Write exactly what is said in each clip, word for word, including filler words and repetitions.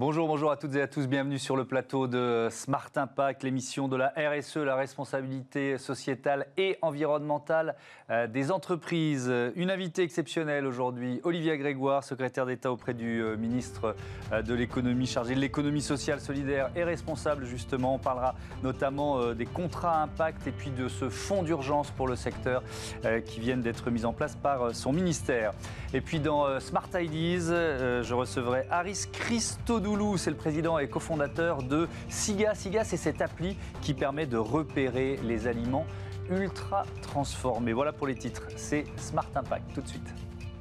Bonjour, bonjour à toutes et à tous, bienvenue sur le plateau de Smart Impact, l'émission de la R S E, la responsabilité sociétale et environnementale euh, des entreprises. Une invitée exceptionnelle aujourd'hui, Olivia Grégoire, secrétaire d'État auprès du euh, ministre euh, de l'économie, chargé de l'économie sociale, solidaire et responsable justement. On parlera notamment euh, des contrats à impact et puis de ce fonds d'urgence pour le secteur euh, qui viennent d'être mis en place par euh, son ministère. Et puis dans euh, Smart Ideas, euh, je recevrai Aris Christodoulou, c'est le président et cofondateur de SIGA. SIGA, c'est cette appli qui permet de repérer les aliments ultra transformés. Voilà pour les titres, c'est Smart Impact, tout de suite.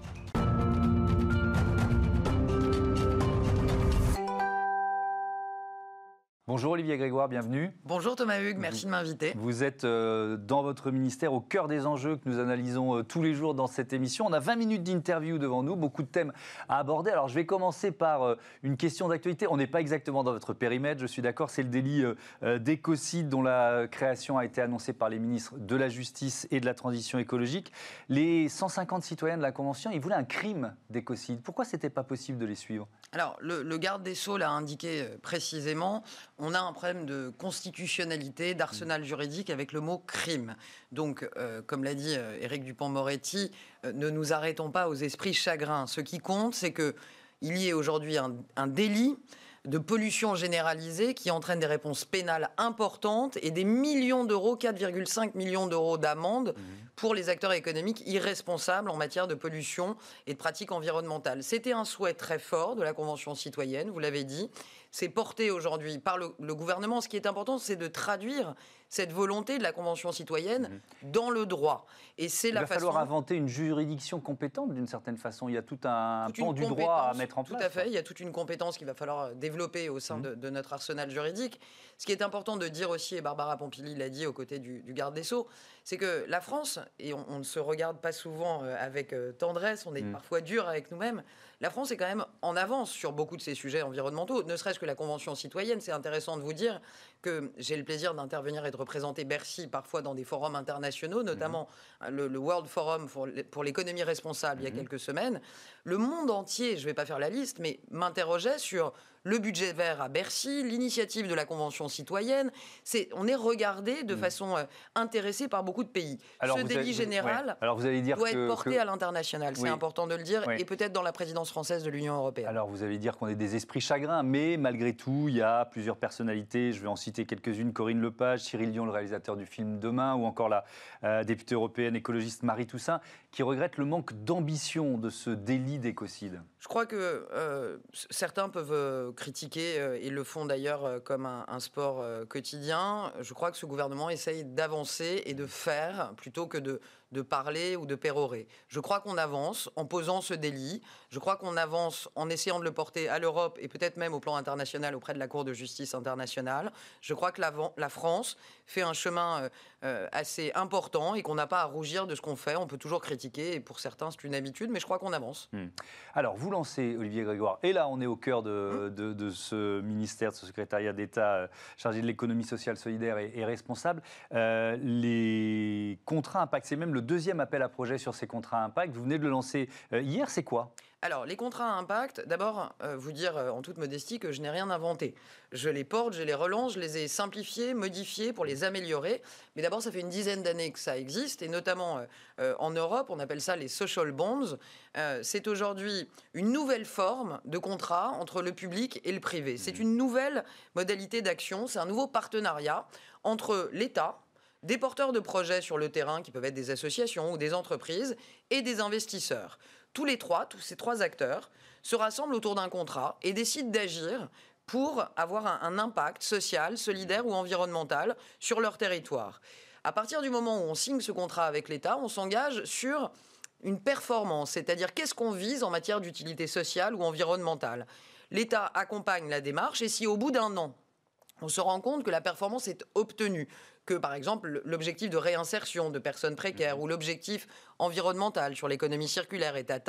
Bonjour Olivier Grégoire, bienvenue. Bonjour Thomas Hugues, merci de m'inviter. Vous êtes euh, dans votre ministère au cœur des enjeux que nous analysons euh, tous les jours dans cette émission. On a vingt minutes d'interview devant nous, beaucoup de thèmes à aborder. Alors je vais commencer par euh, une question d'actualité. On n'est pas exactement dans votre périmètre, je suis d'accord, c'est le délit euh, euh, d'écocide dont la création a été annoncée par les ministres de la Justice et de la Transition écologique. Les cent cinquante citoyens de la Convention, ils voulaient un crime d'écocide. Pourquoi ce n'était pas possible de les suivre ? Alors, le, le garde des Sceaux l'a indiqué précisément, on a un problème de constitutionnalité, d'arsenal juridique avec le mot crime. Donc, euh, comme l'a dit euh, Éric Dupond-Moretti, euh, ne nous arrêtons pas aux esprits chagrins. Ce qui compte, c'est qu'il y ait aujourd'hui un, un délit de pollution généralisée qui entraîne des réponses pénales importantes et des millions d'euros, quatre virgule cinq millions d'euros d'amende mmh. pour les acteurs économiques irresponsables en matière de pollution et de pratiques environnementales. C'était un souhait très fort de la Convention citoyenne, vous l'avez dit. C'est porté aujourd'hui par le, le gouvernement. Ce qui est important, c'est de traduire cette volonté de la Convention citoyenne mmh. dans le droit. Et c'est Il la va façon... falloir inventer une juridiction compétente d'une certaine façon. Il y a tout un toute pan du droit à mettre en place. Tout à fait. Il y a toute une compétence qu'il va falloir développer au sein mmh. de, de notre arsenal juridique. Ce qui est important de dire aussi, et Barbara Pompili l'a dit aux côtés du, du garde des Sceaux, c'est que la France, et on, on ne se regarde pas souvent avec tendresse, on est mmh. parfois dur avec nous-mêmes, la France est quand même en avance sur beaucoup de ces sujets environnementaux, ne serait-ce que la Convention citoyenne. C'est intéressant de vous dire que j'ai le plaisir d'intervenir et de représenter Bercy parfois dans des forums internationaux, notamment mmh. le, le World Forum pour, pour l'économie responsable mmh. il y a quelques semaines. Le monde entier, je ne vais pas faire la liste, mais m'interrogeait sur le budget vert à Bercy, l'initiative de la Convention citoyenne. C'est, on est regardé de mmh. façon euh, intéressée par beaucoup de pays. Alors Ce délit avez, général ouais. Alors vous allez dire doit que, être porté que... à l'international, c'est oui. important de le dire, oui. et peut-être dans la présidence française de l'Union européenne. Alors vous allez dire qu'on est des esprits chagrins, mais malgré tout, il y a plusieurs personnalités, je vais en citer quelques-unes, Corinne Lepage, Cyril Dion, le réalisateur du film Demain, ou encore la euh, députée européenne écologiste Marie Toussaint, qui regrettent le manque d'ambition de ce délit d'écocide. Je crois que euh, certains peuvent euh, critiquer, euh, et le font d'ailleurs euh, comme un, un sport euh, quotidien. Je crois que ce gouvernement essaye d'avancer et de faire plutôt que de, de parler ou de pérorer. Je crois qu'on avance en posant ce délit. Je crois qu'on avance en essayant de le porter à l'Europe et peut-être même au plan international auprès de la Cour de justice internationale. Je crois que la, la France fait un chemin euh, assez important et qu'on n'a pas à rougir de ce qu'on fait. On peut toujours critiquer et pour certains c'est une habitude, mais je crois qu'on avance. Mmh. Alors vous lancez, Olivier Grégoire, et là on est au cœur de, mmh. de, de ce ministère, de ce secrétariat d'État euh, chargé de l'économie sociale, solidaire et, et responsable, euh, les contrats impact. C'est même le deuxième appel à projet sur ces contrats impact. Vous venez de le lancer euh, hier, c'est quoi ? Alors, les contrats à impact, d'abord, euh, vous dire euh, en toute modestie que je n'ai rien inventé. Je les porte, je les relance, je les ai simplifiés, modifiés pour les améliorer. Mais d'abord, ça fait une dizaine d'années que ça existe, et notamment euh, en Europe, on appelle ça les social bonds. Euh, c'est aujourd'hui une nouvelle forme de contrat entre le public et le privé. C'est une nouvelle modalité d'action, c'est un nouveau partenariat entre l'État, des porteurs de projets sur le terrain, qui peuvent être des associations ou des entreprises, et des investisseurs. Tous les trois, tous ces trois acteurs, se rassemblent autour d'un contrat et décident d'agir pour avoir un, un impact social, solidaire ou environnemental sur leur territoire. À partir du moment où on signe ce contrat avec l'État, on s'engage sur une performance, c'est-à-dire qu'est-ce qu'on vise en matière d'utilité sociale ou environnementale. L'État accompagne la démarche et si au bout d'un an, on se rend compte que la performance est obtenue, que par exemple l'objectif de réinsertion de personnes précaires mmh. ou l'objectif environnemental sur l'économie circulaire est atteint,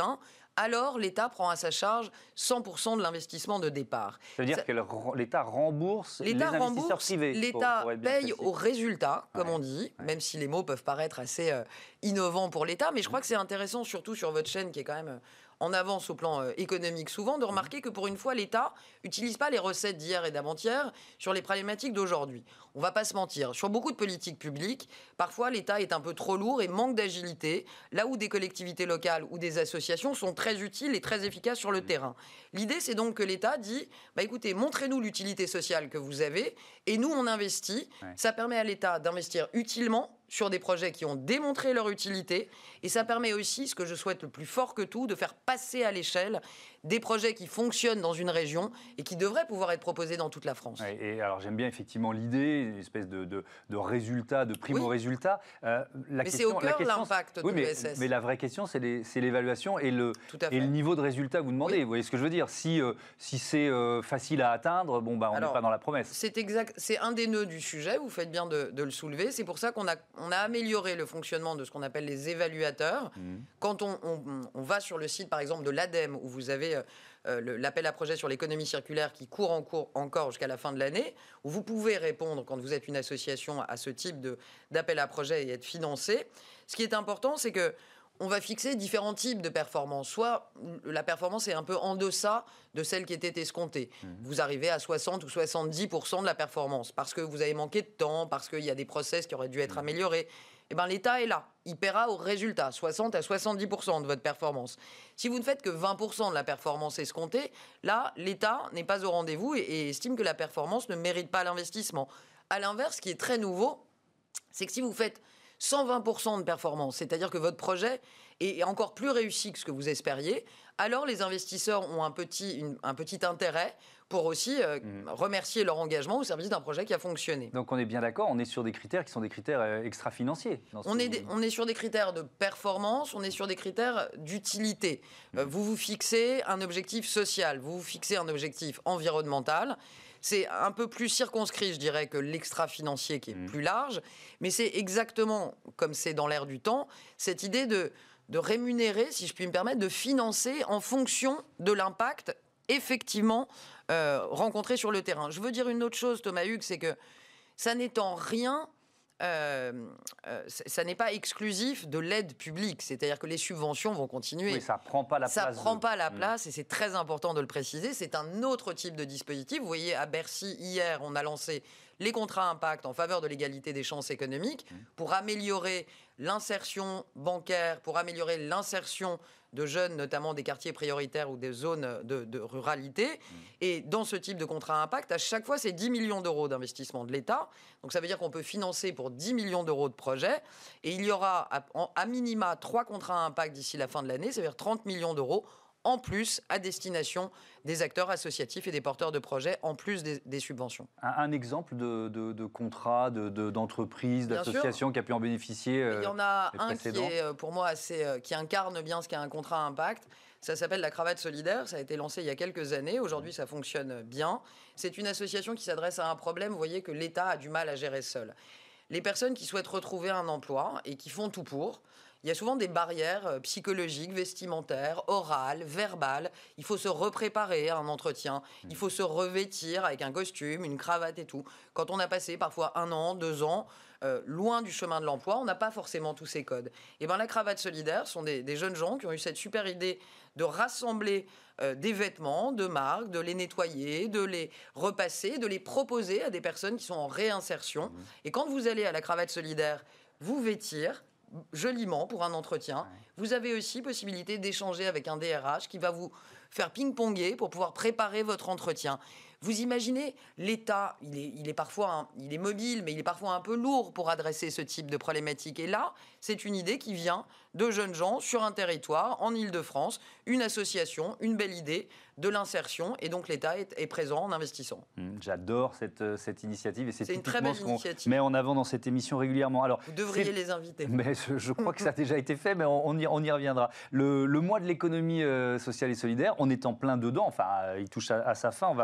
alors l'État prend à sa charge cent pour cent de l'investissement de départ. Ça veut dire Ça... que l'État rembourse les investisseurs rembourse, privés. L'État paye au résultat, comme ouais. on dit, ouais. même si les mots peuvent paraître assez euh, innovants pour l'État. Mais je crois que c'est intéressant, surtout sur votre chaîne qui est quand même... Euh, en avance au plan euh, économique souvent, de remarquer que pour une fois, l'État n'utilise pas les recettes d'hier et d'avant-hier sur les problématiques d'aujourd'hui. On ne va pas se mentir. Sur beaucoup de politiques publiques, parfois l'État est un peu trop lourd et manque d'agilité, là où des collectivités locales ou des associations sont très utiles et très efficaces sur le terrain. L'idée, c'est donc que l'État dit, bah, écoutez, montrez-nous l'utilité sociale que vous avez et nous, on investit. Ouais. Ça permet à l'État d'investir utilement sur des projets qui ont démontré leur utilité. Et ça permet aussi, ce que je souhaite le plus fort que tout, de faire passer à l'échelle des projets qui fonctionnent dans une région et qui devraient pouvoir être proposés dans toute la France. Ouais, et alors j'aime bien effectivement l'idée, une espèce de, de, de résultat, de primo-résultat. Oui. Euh, mais c'est au cœur l'impact de oui, l'E S S. Mais, mais la vraie question, c'est l'évaluation et, le, et le niveau de résultat que vous demandez. Oui. Vous voyez ce que je veux dire? Si, euh, si c'est euh, facile à atteindre, bon, bah, on n'est pas dans la promesse. C'est exact, c'est un des nœuds du sujet, vous faites bien de, de le soulever. C'est pour ça qu'on a, on a amélioré le fonctionnement de ce qu'on appelle les évaluateurs. Mmh. Quand on, on, on va sur le site, par exemple, de l'ADEME, où vous avez... Euh, l'appel à projet sur l'économie circulaire qui court, en cours encore jusqu'à la fin de l'année, où vous pouvez répondre, quand vous êtes une association, à ce type d'appel à projet et être financé. Ce qui est important, c'est que on va fixer différents types de performances. Soit la performance est un peu en deçà de celle qui était escomptée. Mmh. Vous arrivez à soixante ou soixante-dix pour cent de la performance parce que vous avez manqué de temps, parce qu'il y a des process qui auraient dû être mmh. améliorés. Eh ben, l'État est là. Il paiera au résultat, soixante à soixante-dix pour cent de votre performance. Si vous ne faites que vingt pour cent de la performance escomptée, là, l'État n'est pas au rendez-vous et, et estime que la performance ne mérite pas l'investissement. À l'inverse, ce qui est très nouveau, c'est que si vous faites cent vingt pour cent de performance, c'est-à-dire que votre projet est encore plus réussi que ce que vous espériez, alors les investisseurs ont un petit, une, un petit intérêt pour aussi euh, mmh. remercier leur engagement au service d'un projet qui a fonctionné. Donc on est bien d'accord, on est sur des critères qui sont des critères euh, extra-financiers. On, on est sur des critères de performance, on est sur des critères d'utilité. Mmh. Euh, vous vous fixez un objectif social, vous vous fixez un objectif environnemental. C'est un peu plus circonscrit, je dirais, que l'extra-financier qui est mmh. plus large. Mais c'est exactement, comme c'est dans l'air du temps, cette idée de, de rémunérer, si je puis me permettre, de financer en fonction de l'impact effectivement euh, rencontré sur le terrain. Je veux dire une autre chose, Thomas Hugues, c'est que ça n'est en rien... Euh, euh, ça n'est pas exclusif de l'aide publique, c'est-à-dire que les subventions vont continuer. Oui, ça ne prend pas la ça place. Ça ne prend de... pas la place, mmh. et c'est très important de le préciser. C'est un autre type de dispositif. Vous voyez, à Bercy, hier, on a lancé les contrats impact en faveur de l'égalité des chances économiques mmh. pour améliorer l'insertion bancaire, pour améliorer l'insertion de jeunes, notamment des quartiers prioritaires ou des zones de, de ruralité. Mmh. Et dans ce type de contrat impact, à chaque fois, c'est dix millions d'euros d'investissement de l'État. Donc ça veut dire qu'on peut financer pour dix millions d'euros de projets. Et il y aura à, à minima trois contrats impact d'ici la fin de l'année, c'est-à-dire trente millions d'euros en plus à destination des acteurs associatifs et des porteurs de projets, en plus des, des subventions. Un, un exemple de, de, de contrat, de, de, d'entreprise, d'association qui a pu en bénéficier euh, Il y en a un qui est, pour moi, assez, euh, qui incarne bien ce qu'est un contrat impact. Ça s'appelle la Cravate Solidaire. Ça a été lancé il y a quelques années. Aujourd'hui, ça fonctionne bien. C'est une association qui s'adresse à un problème, vous voyez, que l'État a du mal à gérer seul. Les personnes qui souhaitent retrouver un emploi et qui font tout pour... Il y a souvent des barrières psychologiques, vestimentaires, orales, verbales. Il faut se repréparer à un entretien. Il faut se revêtir avec un costume, une cravate et tout. Quand on a passé parfois un an, deux ans, euh, loin du chemin de l'emploi, on n'a pas forcément tous ces codes. Et bien la Cravate Solidaire sont des, des jeunes gens qui ont eu cette super idée de rassembler euh, des vêtements de marque, de les nettoyer, de les repasser, de les proposer à des personnes qui sont en réinsertion. Mmh. Et quand vous allez à la Cravate Solidaire, vous vêtir joliment pour un entretien. Ouais. Vous avez aussi possibilité d'échanger avec un D R H qui va vous faire ping-ponger pour pouvoir préparer votre entretien. Vous imaginez, l'État, il est, il est parfois, un, il est mobile, mais il est parfois un peu lourd pour adresser ce type de problématique. Et là, c'est une idée qui vient de jeunes gens sur un territoire, en Île-de-France, une association, une belle idée de l'insertion, et donc l'État est, est présent en investissant. Mmh, j'adore cette, cette initiative, et c'est, c'est une très belle ce initiative. Met en avant dans cette émission régulièrement. Alors, vous devriez les inviter. Mais je, je crois que ça a déjà été fait, mais on, on, y, on y reviendra. Le, le mois de l'économie euh, sociale et solidaire, on est en plein dedans, enfin, euh, il touche à, à sa fin, on va faire le,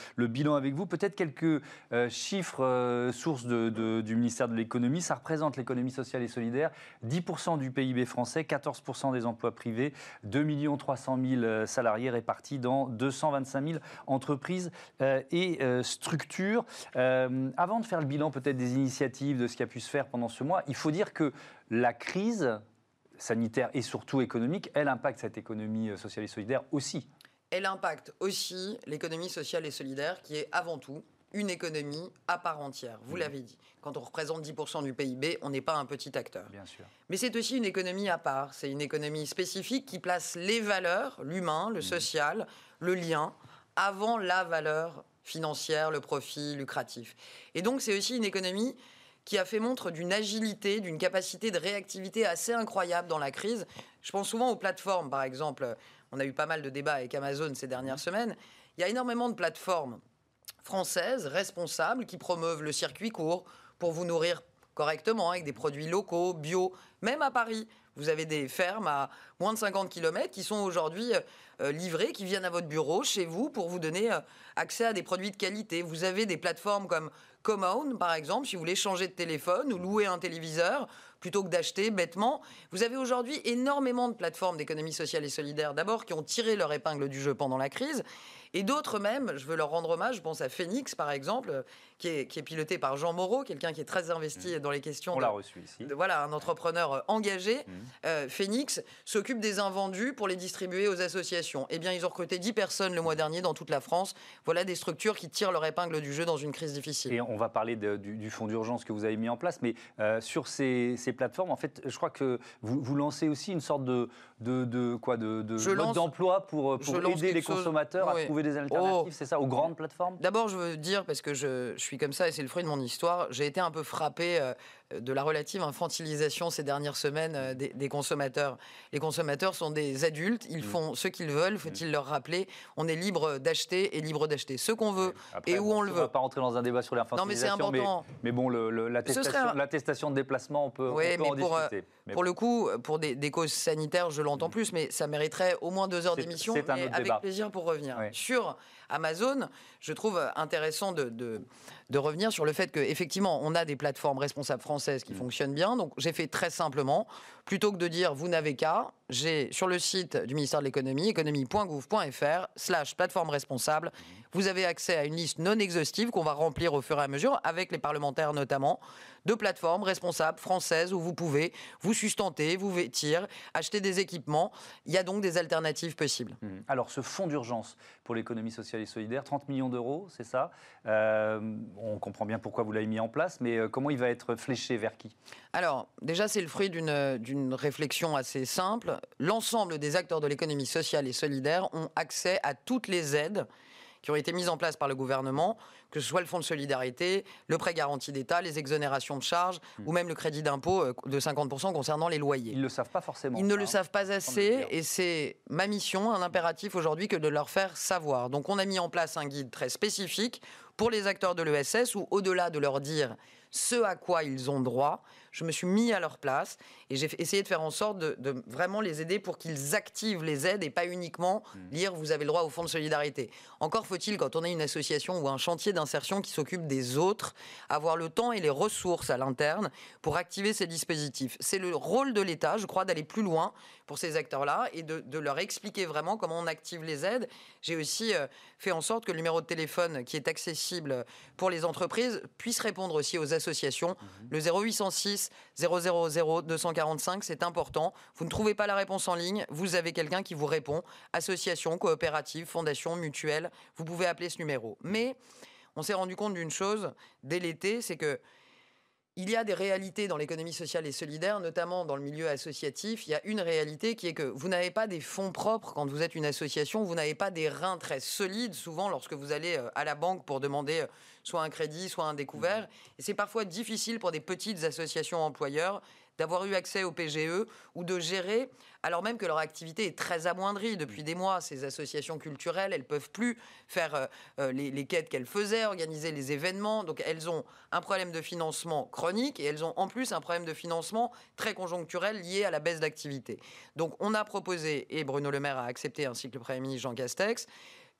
le bilan avec vous. Peut-être quelques euh, chiffres, euh, sources de, de, du ministère de l'économie. Ça représente l'économie sociale et solidaire, dix pour cent du P I B français, quatorze pour cent des emplois privés, deux millions trois cent mille salariés répartis dans deux cent vingt-cinq mille entreprises euh, et euh, structures. Euh, avant de faire le bilan peut-être des initiatives, de ce qui a pu se faire pendant ce mois, il faut dire que la crise sanitaire et surtout économique, elle impacte cette économie sociale et solidaire aussi. Elle impacte aussi l'économie sociale et solidaire qui est avant tout une économie à part entière, vous mmh. l'avez dit. Quand on représente dix pour cent du P I B, on n'est pas un petit acteur. Bien sûr. Mais c'est aussi une économie à part, c'est une économie spécifique qui place les valeurs, l'humain, le mmh. social, le lien, avant la valeur financière, le profit lucratif. Et donc c'est aussi une économie qui a fait montre d'une agilité, d'une capacité de réactivité assez incroyable dans la crise. Je pense souvent aux plateformes, par exemple. On a eu pas mal de débats avec Amazon ces dernières semaines. Il y a énormément de plateformes françaises, responsables, qui promeuvent le circuit court pour vous nourrir correctement avec des produits locaux, bio. Même à Paris, vous avez des fermes à moins de cinquante kilomètres qui sont aujourd'hui euh, livrées, qui viennent à votre bureau, chez vous, pour vous donner euh, accès à des produits de qualité. Vous avez des plateformes comme Comown, par exemple, si vous voulez changer de téléphone ou louer un téléviseur, plutôt que d'acheter bêtement. Vous avez aujourd'hui énormément de plateformes d'économie sociale et solidaire, d'abord, qui ont tiré leur épingle du jeu pendant la crise, et d'autres même, je veux leur rendre hommage, je pense à Phoenix, par exemple, qui est, qui est piloté par Jean Moreau, quelqu'un qui est très investi mmh. dans les questions... On de, l'a reçu ici. De, voilà, un entrepreneur engagé. Mmh. Euh, Phoenix s'occupe des invendus pour les distribuer aux associations. Eh bien, ils ont recruté dix personnes le mois dernier dans toute la France. Voilà des structures qui tirent leur épingle du jeu dans une crise difficile. Et on va parler de, du, du fonds d'urgence que vous avez mis en place, mais euh, sur ces, ces plateformes, en fait, je crois que vous, vous lancez aussi une sorte de, de, de, quoi, de, de mode lance, d'emploi pour, pour aider les consommateurs chose, à oui. trouver des alternatives, oh. c'est ça, aux grandes plateformes ? D'abord, je veux dire, parce que je, je suis comme ça et c'est le fruit de mon histoire, j'ai été un peu frappé euh, de la relative infantilisation ces dernières semaines euh, des, des consommateurs. Les consommateurs sont des adultes, ils font mmh. ce qu'ils veulent, faut-il mmh. leur rappeler. On est libre d'acheter et libre d'acheter ce qu'on veut Après, et où bon, on le veut. On ne va pas rentrer dans un débat sur l'infantilisation, non, mais c'est important. Mais, mais bon, le, le, l'attestation, un... l'attestation de déplacement, on peut, oui, on peut mais en pour, discuter. Mais pour bon. le coup, pour des, des causes sanitaires, je l'entends mmh. plus, mais ça mériterait au moins deux heures c'est, d'émission, c'est mais avec débat. plaisir pour revenir. Oui. Sur Amazon, je trouve intéressant de, de, de revenir sur le fait qu'effectivement, on a des plateformes responsables françaises qui mmh. fonctionnent bien. Donc, j'ai fait très simplement, plutôt que de dire « vous n'avez qu'à », j'ai sur le site du ministère de l'économie, économie point gouv point f r slash plateforme responsable, mmh. vous avez accès à une liste non exhaustive qu'on va remplir au fur et à mesure, avec les parlementaires notamment, de plateformes responsables françaises où vous pouvez vous sustenter, vous vêtir, acheter des équipements. Il y a donc des alternatives possibles. Mmh. Alors, ce fonds d'urgence pour l'économie sociale et solidaire, trente millions d'euros, c'est ça. Euh, on comprend bien pourquoi vous l'avez mis en place, mais euh, comment il va être fléché, vers qui ? Alors, déjà, c'est le fruit d'une, d'une réflexion assez simple. L'ensemble des acteurs de l'économie sociale et solidaire ont accès à toutes les aides qui ont été mises en place par le gouvernement, que ce soit le fonds de solidarité, le prêt garanti d'État, les exonérations de charges mmh. ou même le crédit d'impôt de cinquante pour cent concernant les loyers. Ils ne le savent pas forcément. Ils ça, ne le savent pas assez et c'est ma mission, un impératif aujourd'hui que de leur faire savoir. Donc on a mis en place un guide très spécifique pour les acteurs de l'E S S où au-delà de leur dire ce à quoi ils ont droit, je me suis mis à leur place et j'ai essayé de faire en sorte de, de vraiment les aider pour qu'ils activent les aides et pas uniquement mmh. lire « vous avez le droit au fonds de solidarité ». Encore faut-il, quand on a une association ou un chantier d'insertion qui s'occupe des autres, avoir le temps et les ressources à l'interne pour activer ces dispositifs. C'est le rôle de l'État, je crois, d'aller plus loin pour ces acteurs-là et de, de leur expliquer vraiment comment on active les aides. J'ai aussi euh, fait en sorte que le numéro de téléphone qui est accessible pour les entreprises puisse répondre aussi aux associations. Mmh. Le zéro huit cent six zéro zéro zéro deux cent quarante-cinq, c'est important. Vous ne trouvez pas la réponse en ligne, vous avez quelqu'un qui vous répond. Association, coopérative, fondation, mutuelle, vous pouvez appeler ce numéro. Mais on s'est rendu compte d'une chose dès l'été, c'est que il y a des réalités dans l'économie sociale et solidaire, notamment dans le milieu associatif. Il y a une réalité qui est que vous n'avez pas des fonds propres quand vous êtes une association, vous n'avez pas des reins très solides, souvent lorsque vous allez à la banque pour demander soit un crédit, soit un découvert. Et c'est parfois difficile pour des petites associations employeurs d'avoir eu accès au P G E ou de gérer, alors même que leur activité est très amoindrie depuis des mois. Ces associations culturelles, elles ne peuvent plus faire euh, les, les quêtes qu'elles faisaient, organiser les événements. Donc elles ont un problème de financement chronique et elles ont en plus un problème de financement très conjoncturel lié à la baisse d'activité. Donc on a proposé, et Bruno Le Maire a accepté, ainsi que le Premier ministre Jean Castex,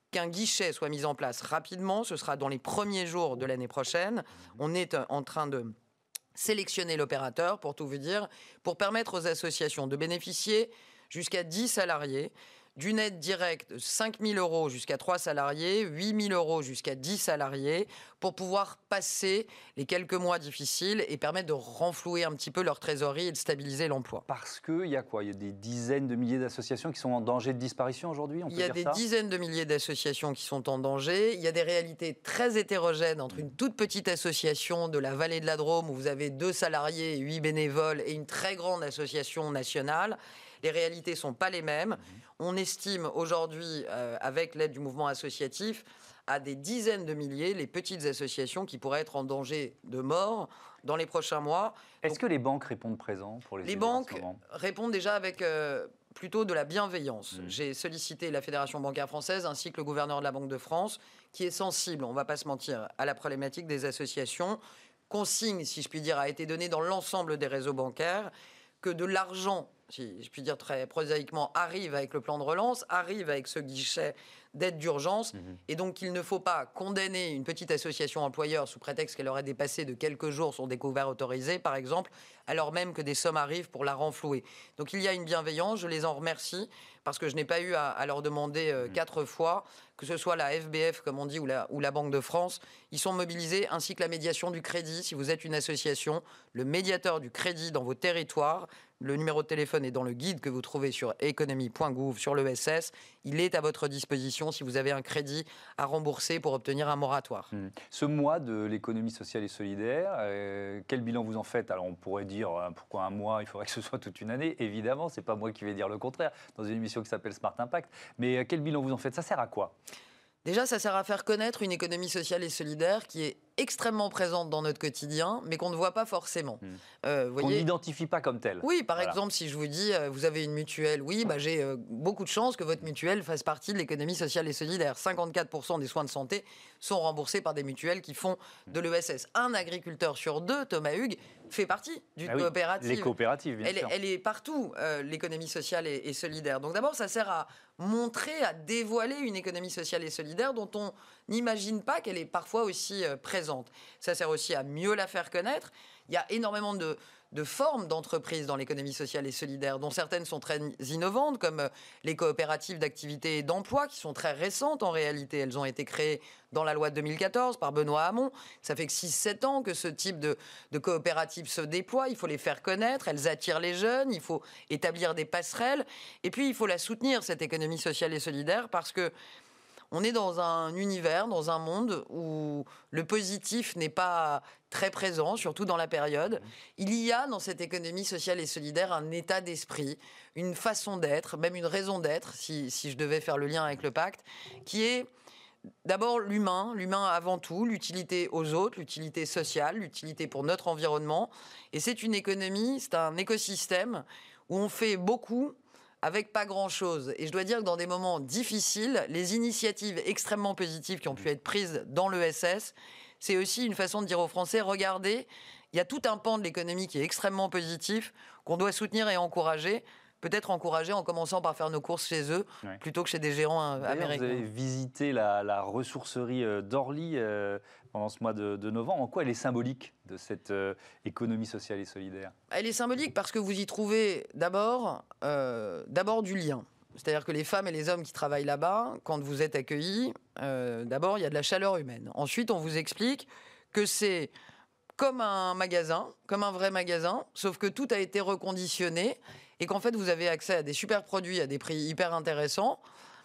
qu'un guichet soit mis en place rapidement. Ce sera dans les premiers jours de l'année prochaine. On est en train de sélectionner l'opérateur, pour tout vous dire, pour permettre aux associations de bénéficier jusqu'à dix salariés d'une aide directe de cinq mille euros jusqu'à trois salariés, huit mille euros jusqu'à dix salariés, pour pouvoir passer les quelques mois difficiles et permettre de renflouer un petit peu leur trésorerie et de stabiliser l'emploi. Parce qu'il y a quoi? Il y a des dizaines de milliers d'associations qui sont en danger de disparition aujourd'hui, on peut Il y a dire des ça dizaines de milliers d'associations qui sont en danger. Il y a des réalités très hétérogènes entre une toute petite association de la vallée de la Drôme où vous avez deux salariés et huit bénévoles et une très grande association nationale. Les réalités ne sont pas les mêmes. On estime aujourd'hui, euh, avec l'aide du mouvement associatif, à des dizaines de milliers les petites associations qui pourraient être en danger de mort dans les prochains mois. Est-ce Donc, que les banques répondent présent pour les les aider banques en ce moment? répondent déjà avec euh, plutôt de la bienveillance. Mmh. J'ai sollicité la Fédération bancaire française ainsi que le gouverneur de la Banque de France, qui est sensible, on ne va pas se mentir, à la problématique des associations. Consigne, si je puis dire, a été donnée dans l'ensemble des réseaux bancaires que de l'argent, si je puis dire très prosaïquement, arrive avec le plan de relance, arrive avec ce guichet d'aide d'urgence, mmh. et donc qu'il ne faut pas condamner une petite association employeur sous prétexte qu'elle aurait dépassé de quelques jours son découvert autorisé, par exemple, alors même que des sommes arrivent pour la renflouer. Donc il y a une bienveillance, je les en remercie, parce que je n'ai pas eu à, à leur demander euh, mmh. quatre fois, que ce soit la F B F, comme on dit, ou la, ou la Banque de France, ils sont mobilisés, ainsi que la médiation du crédit. Si vous êtes une association, le médiateur du crédit dans vos territoires, le numéro de téléphone est dans le guide que vous trouvez sur économie point gouv, sur l'E S S. Il est à votre disposition si vous avez un crédit à rembourser pour obtenir un moratoire. Mmh. Ce mois de l'économie sociale et solidaire, euh, quel bilan vous en faites? Alors on pourrait dire, euh, pourquoi un mois? Il faudrait que ce soit toute une année. Évidemment, ce n'est pas moi qui vais dire le contraire, dans une émission qui s'appelle Smart Impact. Mais euh, quel bilan vous en faites? Ça sert à quoi? Déjà, ça sert à faire connaître une économie sociale et solidaire qui est extrêmement présente dans notre quotidien, mais qu'on ne voit pas forcément. Mmh. Euh, Qu'on n'identifie pas comme telle. Oui, par voilà. exemple, si je vous dis, euh, vous avez une mutuelle, oui, bah, j'ai euh, beaucoup de chances que votre mutuelle fasse partie de l'économie sociale et solidaire. cinquante-quatre pour cent des soins de santé sont remboursés par des mutuelles qui font de l'E S S. Un agriculteur sur deux, Thomas Hugues, fait partie d'une ah oui, coopérative. Les coopératives, bien elle sûr. Est, elle est partout, euh, l'économie sociale et, et solidaire. Donc d'abord, ça sert à montrer, à dévoiler une économie sociale et solidaire dont on n'imagine pas qu'elle est parfois aussi euh, présente. Ça sert aussi à mieux la faire connaître. Il y a énormément de, de formes d'entreprises dans l'économie sociale et solidaire, dont certaines sont très innovantes, comme euh, les coopératives d'activité et d'emploi, qui sont très récentes en réalité. Elles ont été créées dans la loi de deux mille quatorze par Benoît Hamon. Ça fait que six sept ans que ce type de, de coopératives se déploie. Il faut les faire connaître, elles attirent les jeunes, il faut établir des passerelles. Et puis, il faut la soutenir, cette économie sociale et solidaire, parce que on est dans un univers, dans un monde où le positif n'est pas très présent, surtout dans la période. Il y a dans cette économie sociale et solidaire un état d'esprit, une façon d'être, même une raison d'être, si, si je devais faire le lien avec le pacte, qui est d'abord l'humain, l'humain avant tout, l'utilité aux autres, l'utilité sociale, l'utilité pour notre environnement. Et c'est une économie, c'est un écosystème où on fait beaucoup avec pas grand-chose. Et je dois dire que dans des moments difficiles, les initiatives extrêmement positives qui ont pu être prises dans l'E S S, c'est aussi une façon de dire aux Français, regardez, il y a tout un pan de l'économie qui est extrêmement positif, qu'on doit soutenir et encourager. Peut-être encourager en commençant par faire nos courses chez eux, ouais. plutôt que chez des géants américains. Vous avez visité la, la ressourcerie d'Orly euh, pendant ce mois de, de novembre. En quoi elle est symbolique de cette euh, économie sociale et solidaire? Elle est symbolique parce que vous y trouvez d'abord, euh, d'abord du lien. C'est-à-dire que les femmes et les hommes qui travaillent là-bas, quand vous êtes accueillis, euh, d'abord, il y a de la chaleur humaine. Ensuite, on vous explique que c'est comme un magasin, comme un vrai magasin, sauf que tout a été reconditionné et qu'en fait, vous avez accès à des super produits à des prix hyper intéressants.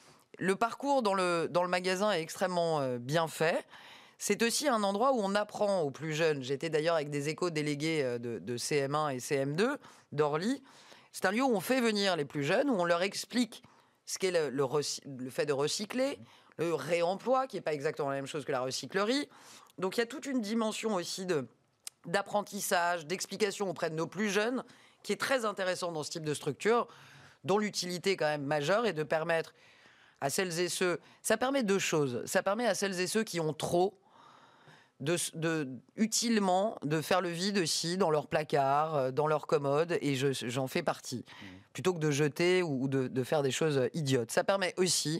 Le parcours dans le, dans le magasin est extrêmement euh, bien fait. C'est aussi un endroit où on apprend aux plus jeunes. J'étais d'ailleurs avec des éco-délégués de, de C M un et C M deux d'Orly. C'est un lieu où on fait venir les plus jeunes, où on leur explique ce qu'est le, le, le fait de recycler, le réemploi, qui n'est pas exactement la même chose que la recyclerie. Donc il y a toute une dimension aussi de, d'apprentissage, d'explication auprès de nos plus jeunes, qui est très intéressant dans ce type de structure, dont l'utilité quand même majeure est de permettre à celles et ceux... Ça permet deux choses. Ça permet à celles et ceux qui ont trop, de, de, utilement, de faire le vide aussi dans leur placard, dans leur commode, et je, j'en fais partie, mmh. plutôt que de jeter ou de, de faire des choses idiotes. Ça permet aussi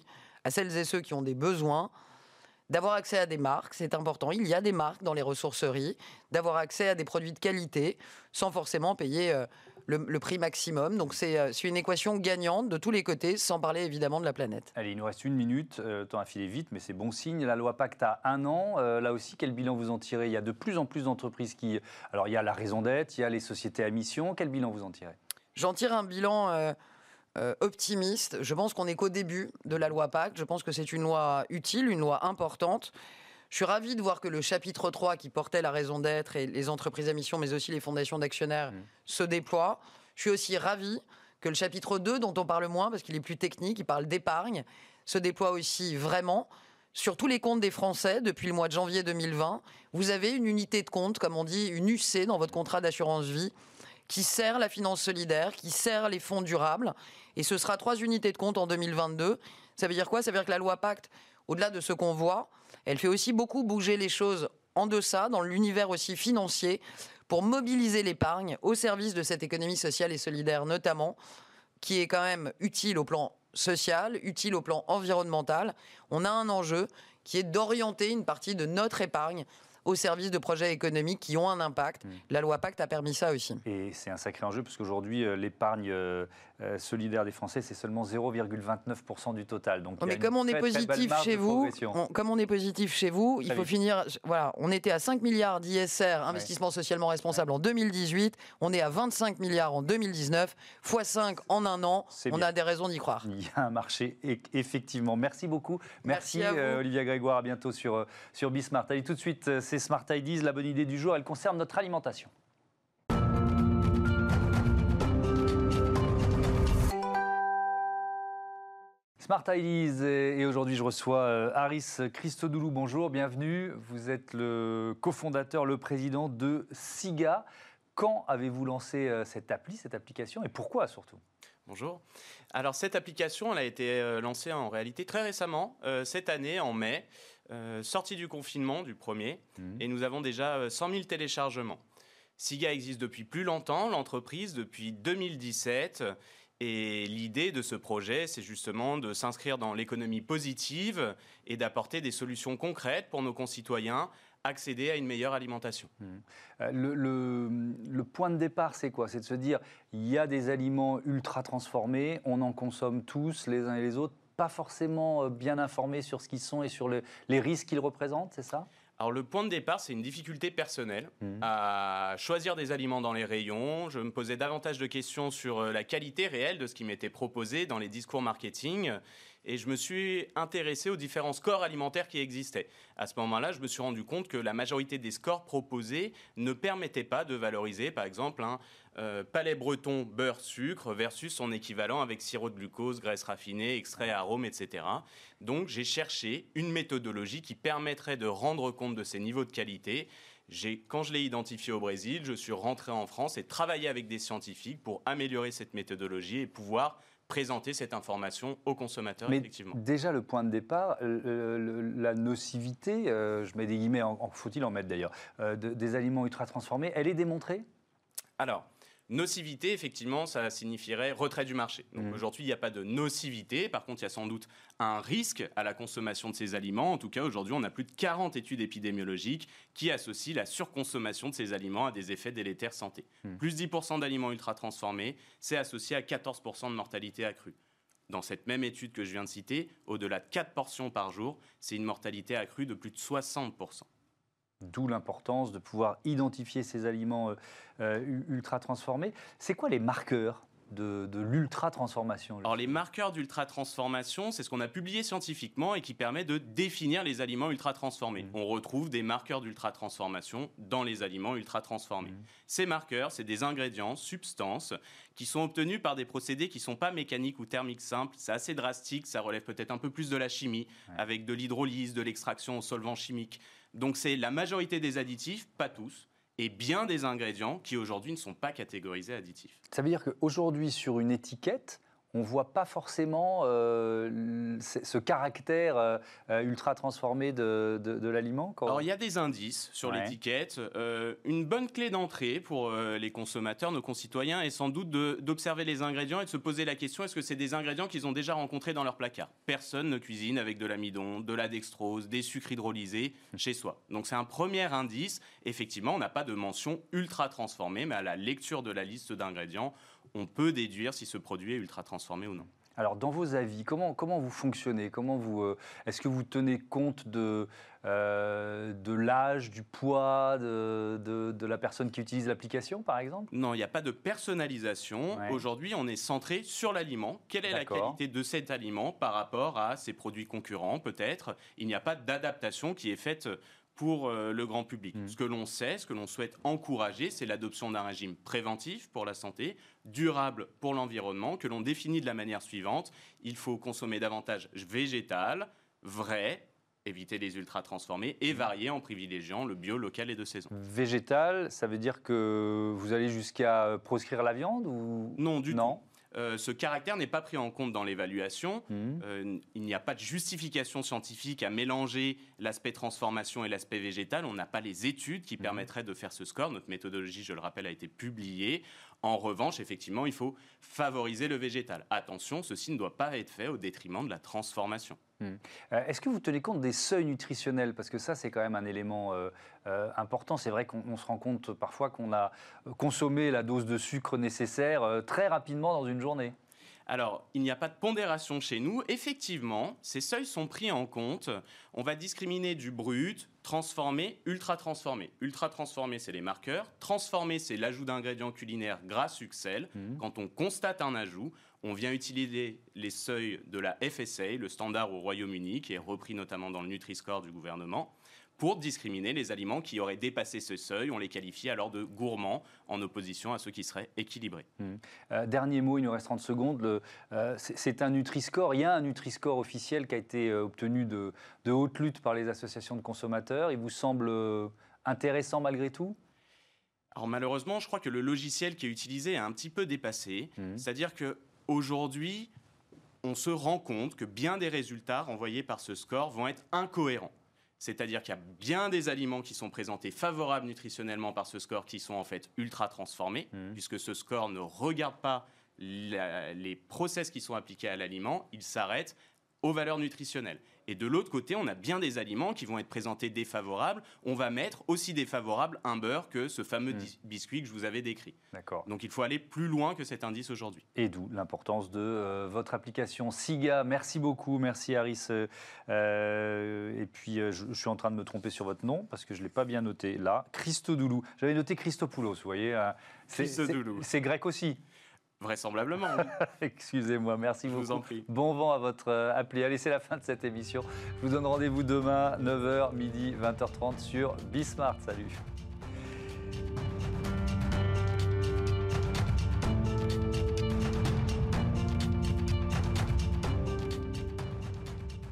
à celles et ceux qui ont des besoins, d'avoir accès à des marques, c'est important. Il y a des marques dans les ressourceries, d'avoir accès à des produits de qualité sans forcément payer euh, le, le prix maximum. Donc c'est, euh, c'est une équation gagnante de tous les côtés, sans parler évidemment de la planète. Allez, il nous reste une minute, euh, le temps a filé vite, mais c'est bon signe. La loi Pacte a un an. Euh, là aussi, quel bilan vous en tirez? Il y a de plus en plus d'entreprises qui... Alors, il y a la raison d'être, il y a les sociétés à mission. Quel bilan vous en tirez? J'en tire un bilan... Euh, Euh, optimiste. Je pense qu'on n'est qu'au début de la loi Pacte. Je pense que c'est une loi utile, une loi importante. Je suis ravi de voir que le chapitre trois qui portait la raison d'être et les entreprises à mission, mais aussi les fondations d'actionnaires, mmh. se déploie. Je suis aussi ravi que le chapitre deux, dont on parle moins parce qu'il est plus technique, il parle d'épargne, se déploie aussi vraiment. Sur tous les comptes des Français, depuis le mois de janvier deux mille vingt, vous avez une unité de compte, comme on dit, une U C dans votre contrat d'assurance vie, qui sert la finance solidaire, qui sert les fonds durables. Et ce sera trois unités de compte en deux mille vingt-deux. Ça veut dire quoi? Ça veut dire que la loi Pacte, au-delà de ce qu'on voit, elle fait aussi beaucoup bouger les choses en deçà, dans l'univers aussi financier, pour mobiliser l'épargne au service de cette économie sociale et solidaire notamment, qui est quand même utile au plan social, utile au plan environnemental. On a un enjeu qui est d'orienter une partie de notre épargne au service de projets économiques qui ont un impact. Mmh. La loi Pacte a permis ça aussi. Et c'est un sacré enjeu, parce qu'aujourd'hui, euh, l'épargne euh, euh, solidaire des Français, c'est seulement zéro virgule vingt-neuf pour cent du total. Donc, non, mais comme on, très, positif chez vous, on, comme on est positif chez vous, il faut finir... Voilà, on était à cinq milliards d'I S R, investissement ouais. socialement responsable, ouais. en deux mille dix-huit. On est à vingt-cinq milliards en deux mille dix-neuf. fois cinq en un an. C'est on bien. a des raisons d'y croire. Il y a un marché, effectivement. Merci beaucoup. Merci, Merci euh, Olivia Grégoire. À bientôt sur, sur Bismart. Allez, tout de suite, c'est Smart Ideas, la bonne idée du jour, elle concerne notre alimentation. Smart Ideas, et aujourd'hui je reçois Haris Christodoulou. Bonjour, bienvenue. Vous êtes le cofondateur, le président de SIGA. Quand avez-vous lancé cette appli, cette application, et pourquoi surtout? Bonjour. Alors cette application, elle a été lancée en réalité très récemment, euh, cette année en mai. Euh, sortie du confinement, du premier, mmh. et nous avons déjà cent mille téléchargements. SIGA existe depuis plus longtemps, l'entreprise depuis deux mille dix-sept, et l'idée de ce projet, c'est justement de s'inscrire dans l'économie positive et d'apporter des solutions concrètes pour nos concitoyens, accéder à une meilleure alimentation. Mmh. Euh, le, le, le point de départ, c'est quoi? C'est de se dire, il y a des aliments ultra transformés, on en consomme tous, les uns et les autres, pas forcément bien informés sur ce qu'ils sont et sur le, les risques qu'ils représentent, c'est ça? Alors le point de départ, c'est une difficulté personnelle mmh. à choisir des aliments dans les rayons. Je me posais davantage de questions sur la qualité réelle de ce qui m'était proposé dans les discours marketing. Et je me suis intéressé aux différents scores alimentaires qui existaient. À ce moment-là, je me suis rendu compte que la majorité des scores proposés ne permettaient pas de valoriser, par exemple, un euh, palais breton beurre-sucre versus son équivalent avec sirop de glucose, graisse raffinée, extrait, arôme, et cetera. Donc, j'ai cherché une méthodologie qui permettrait de rendre compte de ces niveaux de qualité. J'ai, quand je l'ai identifié au Brésil, je suis rentré en France et travaillé avec des scientifiques pour améliorer cette méthodologie et pouvoir présenter cette information aux consommateurs. Mais effectivement. Déjà, le point de départ, euh, le, la nocivité, euh, je mets des guillemets, en, en, faut-il en mettre d'ailleurs, euh, de, des aliments ultra transformés, elle est démontrée? Alors, nocivité, effectivement, ça signifierait retrait du marché. Donc mmh. aujourd'hui, il n'y a pas de nocivité. Par contre, il y a sans doute un risque à la consommation de ces aliments. En tout cas, aujourd'hui, on a plus de quarante études épidémiologiques qui associent la surconsommation de ces aliments à des effets délétères santé. Mmh. Plus dix pour cent d'aliments ultra transformés, c'est associé à quatorze pour cent de mortalité accrue. Dans cette même étude que je viens de citer, au-delà de quatre portions par jour, c'est une mortalité accrue de plus de soixante pour cent. D'où l'importance de pouvoir identifier ces aliments euh, ultra transformés. C'est quoi les marqueurs de, de l'ultra-transformation? Alors les marqueurs d'ultra-transformation, c'est ce qu'on a publié scientifiquement et qui permet de définir les aliments ultra-transformés. Mmh. On retrouve des marqueurs d'ultra-transformation dans les aliments ultra-transformés. Mmh. Ces marqueurs, c'est des ingrédients, substances, qui sont obtenus par des procédés qui ne sont pas mécaniques ou thermiques simples. C'est assez drastique, ça relève peut-être un peu plus de la chimie, ouais. avec de l'hydrolyse, de l'extraction au solvant chimique. Donc c'est la majorité des additifs, pas tous, et bien des ingrédients qui aujourd'hui ne sont pas catégorisés additifs. Ça veut dire qu'aujourd'hui, sur une étiquette, on ne voit pas forcément euh, ce caractère euh, ultra transformé de, de, de l'aliment quand... Alors, il y a des indices sur ouais. l'étiquette. Euh, une bonne clé d'entrée pour euh, les consommateurs, nos concitoyens, est sans doute de, d'observer les ingrédients et de se poser la question, est-ce que c'est des ingrédients qu'ils ont déjà rencontrés dans leur placard ? Personne ne cuisine avec de l'amidon, de la dextrose, des sucres hydrolysés chez soi. Donc, c'est un premier indice. Effectivement, on n'a pas de mention ultra transformée, mais à la lecture de la liste d'ingrédients, on peut déduire si ce produit est ultra transformé ou non. Alors, dans vos avis, comment, comment vous fonctionnez ? Comment vous, euh, est-ce que vous tenez compte de, euh, de l'âge, du poids de, de, de la personne qui utilise l'application, par exemple ? Non, il n'y a pas de personnalisation. Ouais. Aujourd'hui, on est centré sur l'aliment. Quelle est D'accord. la qualité de cet aliment par rapport à ses produits concurrents, peut-être ? Il n'y a pas d'adaptation qui est faite pour euh, le grand public. Mmh. Ce que l'on sait, ce que l'on souhaite encourager, c'est l'adoption d'un régime préventif pour la santé, durable pour l'environnement, que l'on définit de la manière suivante. Il faut consommer davantage végétal, vrai, éviter les ultra-transformés et varier en privilégiant le bio, local et de saison. Végétal, ça veut dire que vous allez jusqu'à proscrire la viande ou... Non, du non. tout. Euh, ce caractère n'est pas pris en compte dans l'évaluation. Mmh. Euh, il n'y a pas de justification scientifique à mélanger l'aspect transformation et l'aspect végétal. On n'a pas les études qui mmh. permettraient de faire ce score. Notre méthodologie, je le rappelle, a été publiée. En revanche, effectivement, il faut favoriser le végétal. Attention, ceci ne doit pas être fait au détriment de la transformation. Mmh. Euh, est-ce que vous tenez compte des seuils nutritionnels ? Parce que ça, c'est quand même un élément euh, euh, important. C'est vrai qu'on on se rend compte parfois qu'on a consommé la dose de sucre nécessaire euh, très rapidement dans une journée. Alors, il n'y a pas de pondération chez nous. Effectivement, ces seuils sont pris en compte. On va discriminer du brut, transformé, ultra transformé. Ultra transformé, c'est les marqueurs. Transformé, c'est l'ajout d'ingrédients culinaires gras, sucre, sel. Mmh. Quand on constate un ajout, on vient utiliser les seuils de la F S A, le standard au Royaume-Uni, qui est repris notamment dans le Nutri-Score du gouvernement, pour discriminer les aliments qui auraient dépassé ce seuil. On les qualifie alors de gourmands, en opposition à ceux qui seraient équilibrés. Mmh. Euh, dernier mot, il nous reste trente secondes. Le, euh, c'est, c'est un Nutri-Score. Il y a un Nutri-Score officiel qui a été euh, obtenu de, de haute lutte par les associations de consommateurs. Il vous semble euh, intéressant malgré tout ? Alors malheureusement, je crois que le logiciel qui est utilisé est un petit peu dépassé. Mmh. C'est-à-dire qu'aujourd'hui, on se rend compte que bien des résultats renvoyés par ce score vont être incohérents. C'est-à-dire qu'il y a bien des aliments qui sont présentés favorables nutritionnellement par ce score qui sont en fait ultra transformés, mmh. puisque ce score ne regarde pas la, les process qui sont appliqués à l'aliment, il s'arrête aux valeurs nutritionnelles. Et de l'autre côté, on a bien des aliments qui vont être présentés défavorables. On va mettre aussi défavorable un beurre que ce fameux mmh. biscuit que je vous avais décrit. D'accord. Donc il faut aller plus loin que cet indice aujourd'hui. Et d'où l'importance de euh, votre application SIGA. Merci beaucoup, merci Harris. Euh, et puis euh, je, je suis en train de me tromper sur votre nom parce que je ne l'ai pas bien noté là. Christodoulou. J'avais noté Christopoulos, vous voyez. Euh, c'est, Christodoulou. C'est, c'est grec aussi. Vraisemblablement. Oui. Excusez-moi, merci je beaucoup. Je vous en prie. Bon vent à votre euh, appli. Allez, c'est la fin de cette émission. Je vous donne rendez-vous demain, neuf heures, midi, vingt heures trente sur Bismart. Salut.